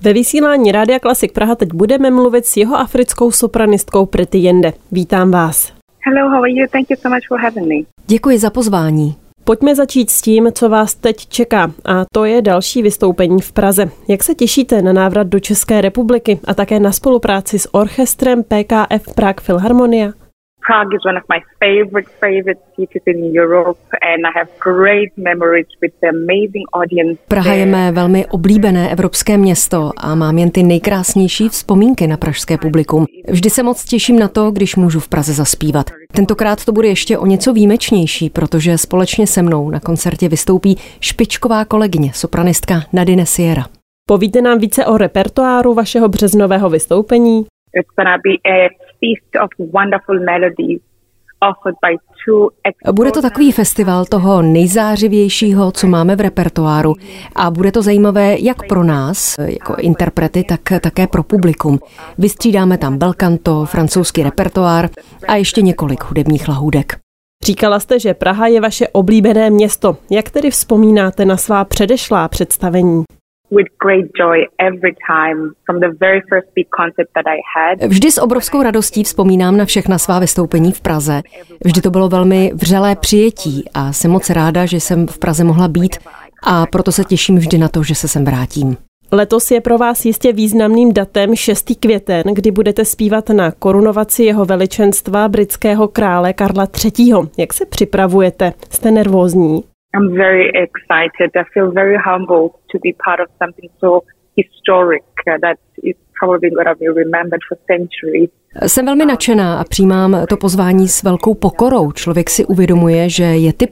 Ve vysílání Rádia Klasik Praha teď budeme mluvit s jihoafrickou sopranistkou Pretty Yende. Vítám vás. Hello, how are you? Thank you so much for having me. Děkuji za pozvání. Pojďme začít s tím, co vás teď čeká, a to je další vystoupení v Praze. Jak se těšíte na návrat do České republiky a také na spolupráci s orchestrem PKF Prague Philharmonia? Prague is one of my favorite cities in Europe and I have great memories with the amazing audience. Praha je mé velmi oblíbené evropské město a mám jen ty nejkrásnější vzpomínky na pražské publikum. Vždy se moc těším na to, když můžu v Praze zaspívat. Tentokrát to bude ještě o něco výjimečnější, protože společně se mnou na koncertě vystoupí špičková kolegyně, sopranistka Nadine Sierra. Povíte nám více o repertoáru vašeho březnového vystoupení? It's gonna be a feast of wonderful melodies offered by two. Bude to takový festival toho nejzářivějšího, co máme v repertoáru, a bude to zajímavé jak pro nás, jako interprety, tak také pro publikum. Vystřídáme tam bel canto, francouzský repertoár a ještě několik hudebních lahůdek. Říkala jste, že Praha je vaše oblíbené město. Jak tedy vzpomínáte na svá předešlá představení? With great joy every time from the very first big concert that I had. Vždy s obrovskou radostí vzpomínám na všechna svá vystoupení v Praze. Vždy to bylo velmi vřelé přijetí a jsem moc ráda, že jsem v Praze mohla být, a proto se těším vždy na to, že se sem vrátím. Letos je pro vás jistě významným datem 6. květen, kdy budete zpívat na korunovaci jeho veličenstva britského krále Karla III. Jak se připravujete? Jste nervózní? I'm very excited. I feel very humbled to be part of something so historic that is probably going to be remembered for centuries. Jsem velmi nadšená a přijímám to pozvání s velkou pokorou. Člověk si uvědomuje, že je typ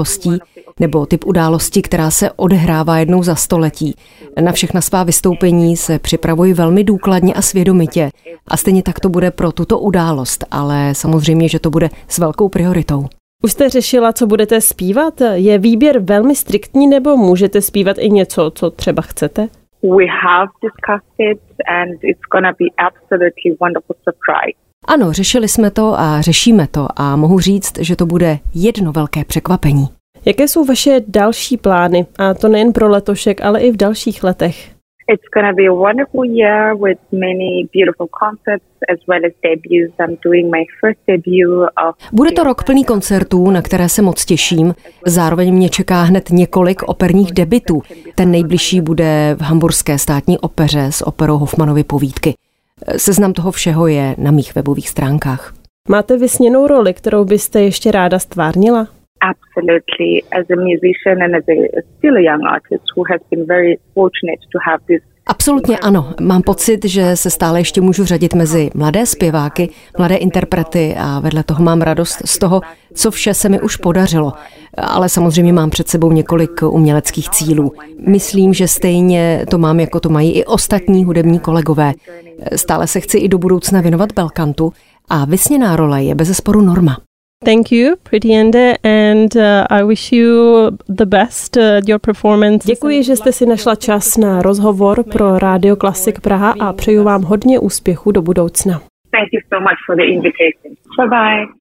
události, která se odehrává jednou za století. Na všechna svá vystoupení se připravuji velmi důkladně a svědomitě. A stejně tak to bude pro tuto událost, ale samozřejmě, že to bude s velkou prioritou. Už jste řešila, co budete zpívat? Je výběr velmi striktní, nebo můžete zpívat i něco, co třeba chcete? We have discussed it and it's gonna be absolutely wonderful surprise. Ano, řešili jsme to a řešíme to a mohu říct, že to bude jedno velké překvapení. Jaké jsou vaše další plány? A to nejen pro letošek, ale i v dalších letech. It's going to be a wonderful year with many beautiful concerts as well as debuts. I'm doing my first debut of. Bude to rok plný koncertů, na které se moc těším. Zároveň mě čeká hned několik operních debutů. Ten nejbližší bude v Hamburské státní opeře s operou Hoffmanovy povídky. Seznam toho všeho je na mých webových stránkách. Máte vysněnou roli, kterou byste ještě ráda stvárnila? Absolutely. As a musician and as a still a young artist who has been very fortunate to have this. Absolutně ano. Mám pocit, že se stále ještě můžu řadit mezi mladé zpěváky, mladé interprety a vedle toho mám radost z toho, co vše se mi už podařilo. Ale samozřejmě mám před sebou několik uměleckých cílů. Myslím, že stejně to mám, jako to mají i ostatní hudební kolegové. Stále se chci i do budoucna věnovat bel cantu a vysněná role je bezesporu norma. Thank you, Pretty Yende, and I wish you the best your performance. Děkuji, že jste si našla čas na rozhovor pro Rádio Klasik Praha a přeju vám hodně úspěchů do budoucna. Thank you so much for the invitation. Bye bye.